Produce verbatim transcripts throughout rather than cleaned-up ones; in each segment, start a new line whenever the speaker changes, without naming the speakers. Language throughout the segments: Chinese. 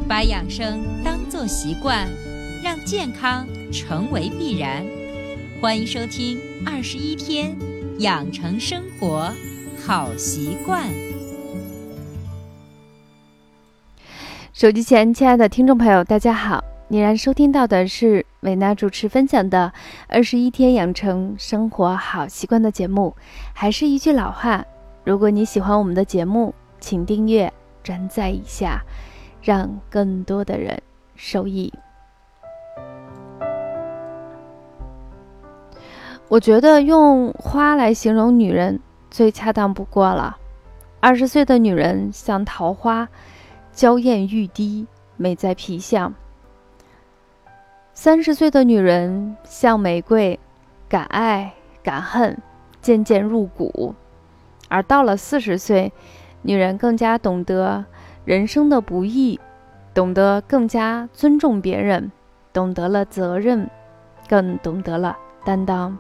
把养生当作习惯，让健康成为必然。欢迎收听二十一天养成生活好习惯。
手机前亲爱的听众朋友，大家好，你然收听到的是维娜主持分享的二十一天养成生活好习惯的节目。还是一句老话，如果你喜欢我们的节目，请订阅转载一下，让更多的人受益。我觉得用花来形容女人最恰当不过了。二十岁的女人像桃花，娇艳欲滴，美在皮相。三十岁的女人像玫瑰，敢爱敢恨，渐渐入骨。而到了四十岁，女人更加懂得人生的不易，懂得更加尊重别人，懂得了责任，更懂得了担当。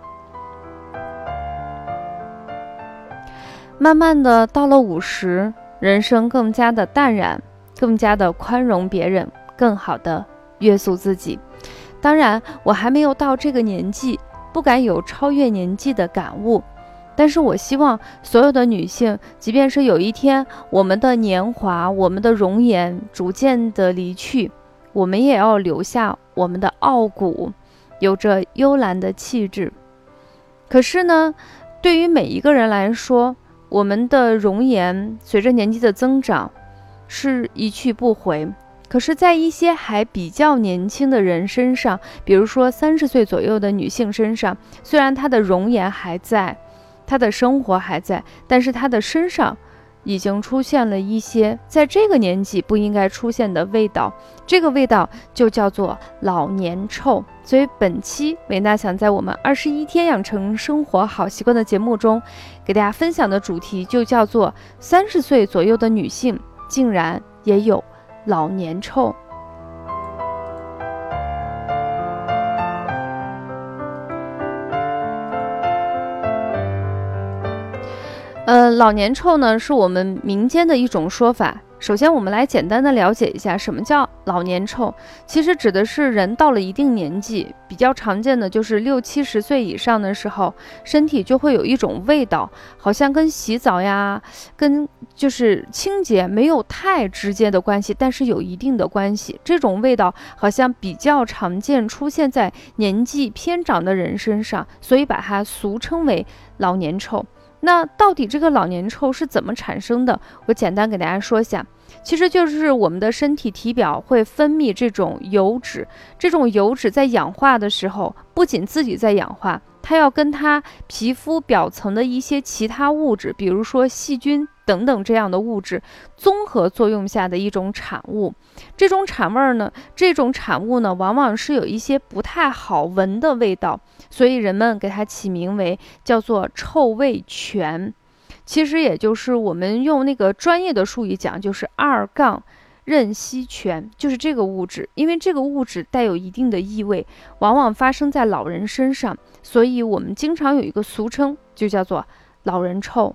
慢慢的到了五十，人生更加的淡然，更加的宽容别人，更好的约束自己。当然我还没有到这个年纪，不敢有超越年纪的感悟，但是我希望所有的女性，即便是有一天我们的年华，我们的容颜逐渐的离去，我们也要留下我们的傲骨，有着幽兰的气质。可是呢，对于每一个人来说，我们的容颜随着年纪的增长是一去不回。可是在一些还比较年轻的人身上，比如说三十岁左右的女性身上，虽然她的容颜还在，她的生活还在，但是她的身上已经出现了一些在这个年纪不应该出现的味道，这个味道就叫做老年臭。所以本期维娜想在我们二十一天养成生活好习惯的节目中，给大家分享的主题就叫做三十岁左右的女性竟然也有老年臭。呃，老年臭呢，是我们民间的一种说法。首先我们来简单的了解一下什么叫老年臭。其实指的是人到了一定年纪，比较常见的就是六七十岁以上的时候，身体就会有一种味道，好像跟洗澡呀，跟就是清洁没有太直接的关系，但是有一定的关系。这种味道好像比较常见出现在年纪偏长的人身上，所以把它俗称为老年臭。那到底这个老年臭是怎么产生的？我简单给大家说一下，其实就是我们的身体体表会分泌这种油脂，这种油脂在氧化的时候，不仅自己在氧化，它要跟它皮肤表层的一些其他物质，比如说细菌等等这样的物质综合作用下的一种产物。这种产味呢，这种产物呢，往往是有一些不太好闻的味道，所以人们给它起名为叫做臭味醛。其实也就是我们用那个专业的术语讲，就是二杠壬烯醛，就是这个物质。因为这个物质带有一定的异味，往往发生在老人身上，所以我们经常有一个俗称，就叫做老人臭。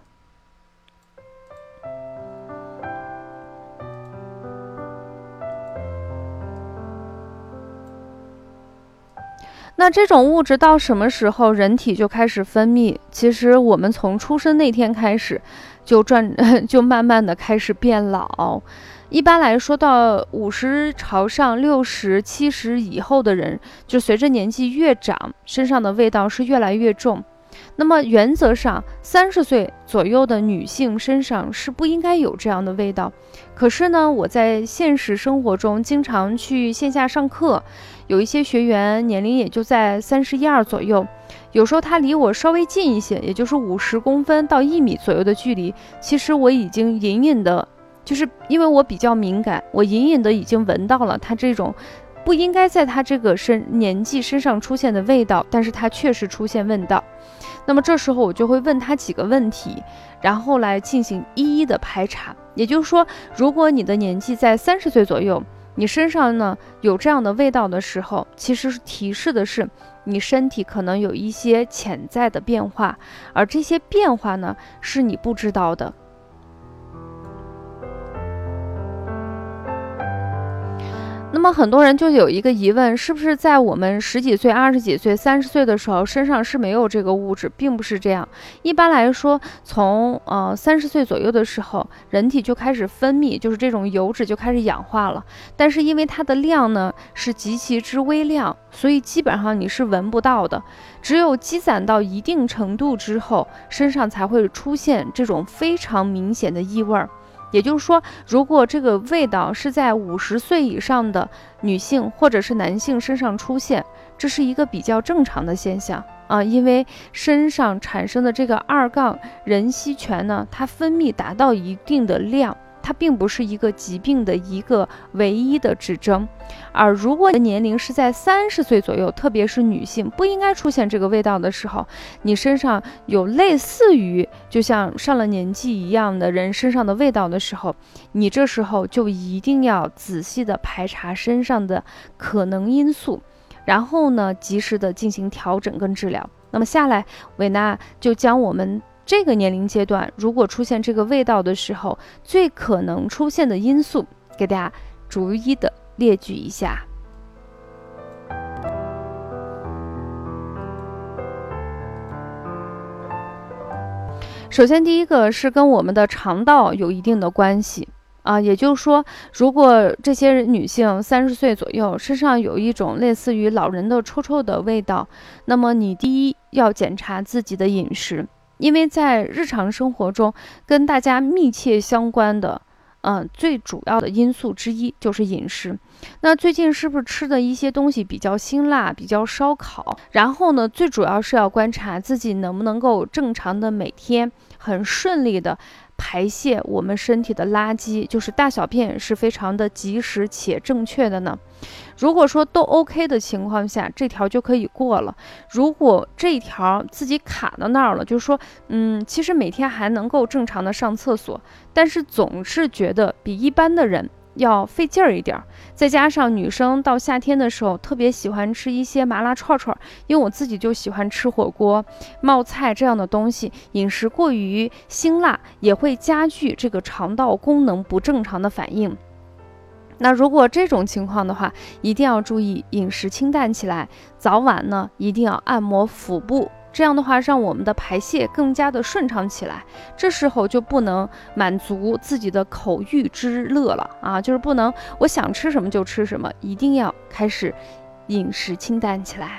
那这种物质到什么时候人体就开始分泌？其实我们从出生那天开始就转就慢慢的开始变老。一般来说到五十朝上，六十七十以后的人，就随着年纪越长，身上的味道是越来越重。那么原则上三十岁左右的女性身上是不应该有这样的味道。可是呢，我在现实生活中经常去线下上课，有一些学员年龄也就在三十一二左右，有时候他离我稍微近一些，也就是五十公分到一米左右的距离，其实我已经隐隐的，就是因为我比较敏感，我隐隐的已经闻到了他这种不应该在他这个身年纪身上出现的味道，但是他确实出现味道。那么这时候我就会问他几个问题，然后来进行一一的排查。也就是说，如果你的年纪在三十岁左右，你身上呢有这样的味道的时候，其实提示的是你身体可能有一些潜在的变化，而这些变化呢是你不知道的。 么很多人就有一个疑问，是不是在我们十几岁、二十几岁、三十岁的时候，身上是没有这个物质？并不是这样。一般来说，从呃三十岁左右的时候，人体就开始分泌，就是这种油脂就开始氧化了。但是因为它的量呢是极其之微量，所以基本上你是闻不到的。只有积攒到一定程度之后，身上才会出现这种非常明显的异味儿。也就是说，如果这个味道是在五十岁以上的女性或者是男性身上出现，这是一个比较正常的现象啊，因为身上产生的这个二杠壬烯醛呢，它分泌达到一定的量，它并不是一个疾病的一个唯一的指征。而如果年龄是在三十岁左右，特别是女性不应该出现这个味道的时候，你身上有类似于就像上了年纪一样的人身上的味道的时候，你这时候就一定要仔细的排查身上的可能因素，然后呢及时的进行调整跟治疗。那么下来维娜就将我们这个年龄阶段如果出现这个味道的时候最可能出现的因素给大家逐一的列举一下。首先第一个是跟我们的肠道有一定的关系啊，也就是说，如果这些女性三十岁左右身上有一种类似于老人的臭臭的味道，那么你第一要检查自己的饮食，因为在日常生活中跟大家密切相关的嗯、呃，最主要的因素之一就是饮食。那最近是不是吃的一些东西比较辛辣，比较烧烤？然后呢，最主要是要观察自己能不能够正常的每天很顺利的排泄我们身体的垃圾，就是大小便是非常的及时且正确的呢。如果说都 OK 的情况下，这条就可以过了。如果这一条自己卡到那儿了，就是说，嗯，其实每天还能够正常的上厕所，但是总是觉得比一般的人要费劲儿一点，再加上女生到夏天的时候特别喜欢吃一些麻辣串串，因为我自己就喜欢吃火锅、冒菜这样的东西，饮食过于辛辣也会加剧这个肠道功能不正常的反应。那如果这种情况的话，一定要注意饮食清淡起来，早晚呢一定要按摩腹部，这样的话让我们的排泄更加的顺畅起来。这时候就不能满足自己的口欲之乐了啊，就是不能我想吃什么就吃什么，一定要开始饮食清淡起来。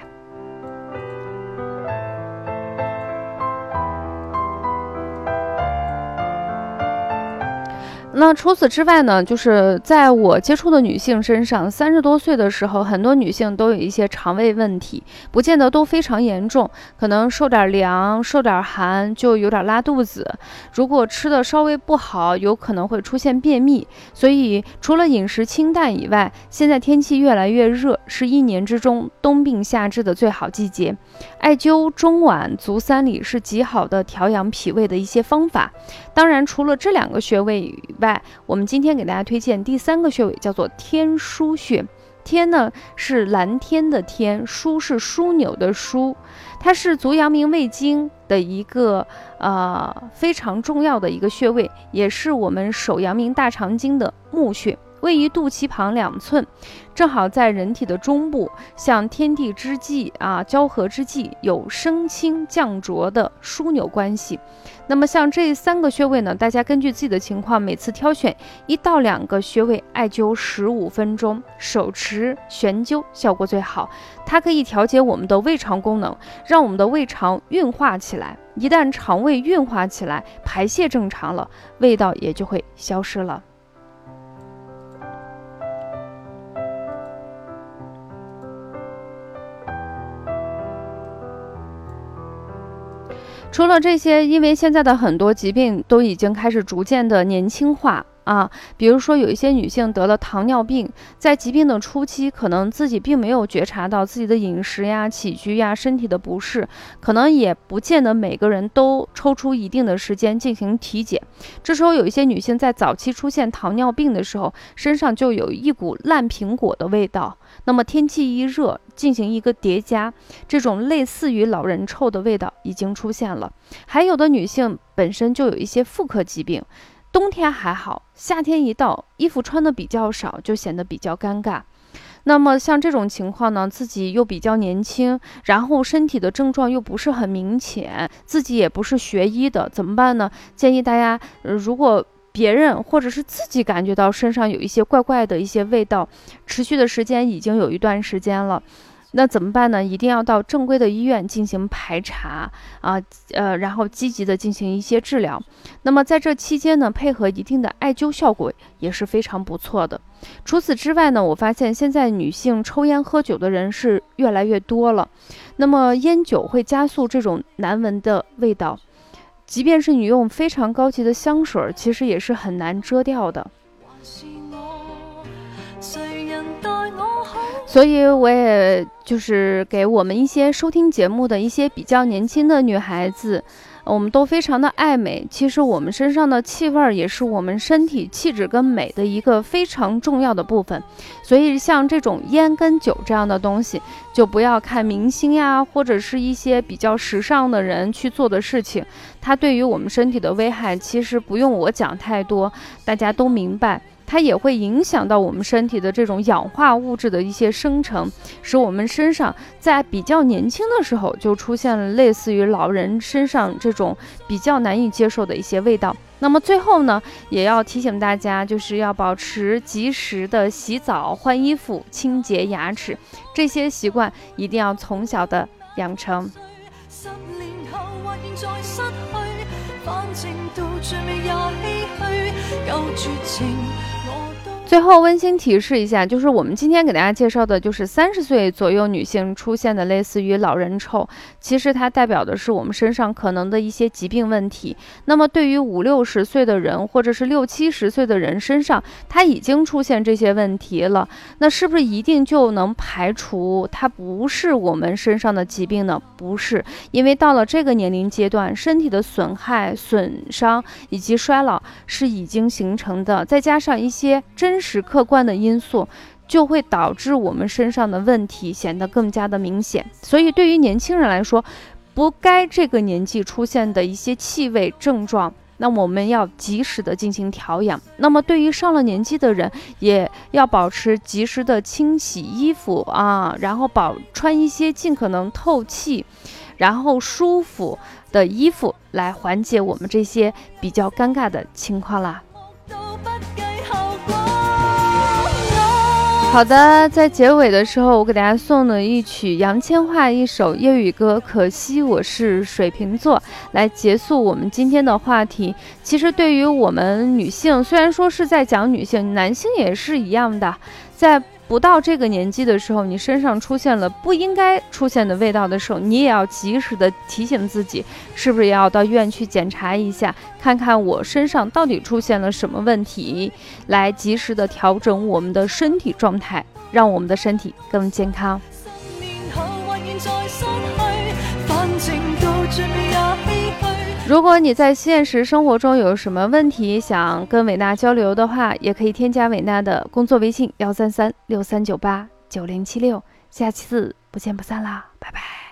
那除此之外呢，就是在我接触的女性身上，三十多岁的时候，很多女性都有一些肠胃问题，不见得都非常严重，可能受点凉、受点寒就有点拉肚子。如果吃的稍微不好，有可能会出现便秘。所以除了饮食清淡以外，现在天气越来越热，是一年之中冬病夏治的最好季节。艾灸中脘、足三里是极好的调养脾胃的一些方法。当然，除了这两个穴位以外，我们今天给大家推荐第三个穴位，叫做天枢穴。天呢是蓝天的天，枢是枢纽的枢，它是足阳明胃经的一个呃非常重要的一个穴位，也是我们手阳明大肠经的募穴。位于肚脐旁两寸，正好在人体的中部，像天地之际啊，交合之际，有升清降浊的枢纽关系。那么像这三个穴位呢，大家根据自己的情况，每次挑选一到两个穴位，艾灸十五分钟，手持悬灸效果最好。它可以调节我们的胃肠功能，让我们的胃肠运化起来。一旦肠胃运化起来，排泄正常了，味道也就会消失了。除了这些，因为现在的很多疾病都已经开始逐渐的年轻化啊，比如说有一些女性得了糖尿病，在疾病的初期，可能自己并没有觉察到自己的饮食呀、起居呀、身体的不适，可能也不见得每个人都抽出一定的时间进行体检。这时候有一些女性在早期出现糖尿病的时候，身上就有一股烂苹果的味道。那么天气一热，进行一个叠加，这种类似于老人臭的味道已经出现了。还有的女性本身就有一些妇科疾病，冬天还好，夏天一到，衣服穿的比较少，就显得比较尴尬。 那么像这种情况呢，自己又比较年轻，然后身体的症状又不是很明显，自己也不是学医的，怎么办呢？建议大家，呃、如果别人或者是自己感觉到身上有一些怪怪的一些味道，持续的时间已经有一段时间了，那怎么办呢？一定要到正规的医院进行排查啊，呃，然后积极的进行一些治疗。那么在这期间呢，配合一定的艾灸效果也是非常不错的。除此之外呢，我发现现在女性抽烟喝酒的人是越来越多了。那么烟酒会加速这种难闻的味道，即便是你用非常高级的香水，其实也是很难遮掉的。所以我也就是给我们一些收听节目的一些比较年轻的女孩子，我们都非常的爱美。其实我们身上的气味也是我们身体气质跟美的一个非常重要的部分。所以像这种烟跟酒这样的东西，就不要看明星呀，或者是一些比较时尚的人去做的事情，它对于我们身体的危害其实不用我讲太多，大家都明白。它也会影响到我们身体的这种氧化物质的一些生成，使我们身上在比较年轻的时候就出现了类似于老人身上这种比较难以接受的一些味道。那么最后呢，也要提醒大家，就是要保持及时的洗澡、换衣服、清洁牙齿，这些习惯一定要从小的养成。最后温馨提示一下，就是我们今天给大家介绍的就是三十岁左右女性出现的类似于老人臭，其实它代表的是我们身上可能的一些疾病问题。那么对于五六十岁的人或者是六七十岁的人身上，它已经出现这些问题了，那是不是一定就能排除它不是我们身上的疾病呢？不是，因为到了这个年龄阶段，身体的损害、损伤以及衰老是已经形成的，再加上一些真实客观的因素，就会导致我们身上的问题显得更加的明显。所以对于年轻人来说，不该这个年纪出现的一些气味症状，那么我们要及时的进行调养。那么对于上了年纪的人，也要保持及时的清洗衣服啊，然后保穿一些尽可能透气然后舒服的衣服，来缓解我们这些比较尴尬的情况啦。好的，在结尾的时候，我给大家送了一曲杨千嬅一首粤语歌《可惜我是水瓶座》，来结束我们今天的话题。其实对于我们女性，虽然说是在讲女性，男性也是一样的，在不到这个年纪的时候，你身上出现了不应该出现的味道的时候，你也要及时的提醒自己，是不是也要到医院去检查一下，看看我身上到底出现了什么问题，来及时的调整我们的身体状态，让我们的身体更健康。如果你在现实生活中有什么问题想跟伟娜交流的话，也可以添加伟娜的工作微信幺三三六三九八九零七六，下次不见不散啦，拜拜。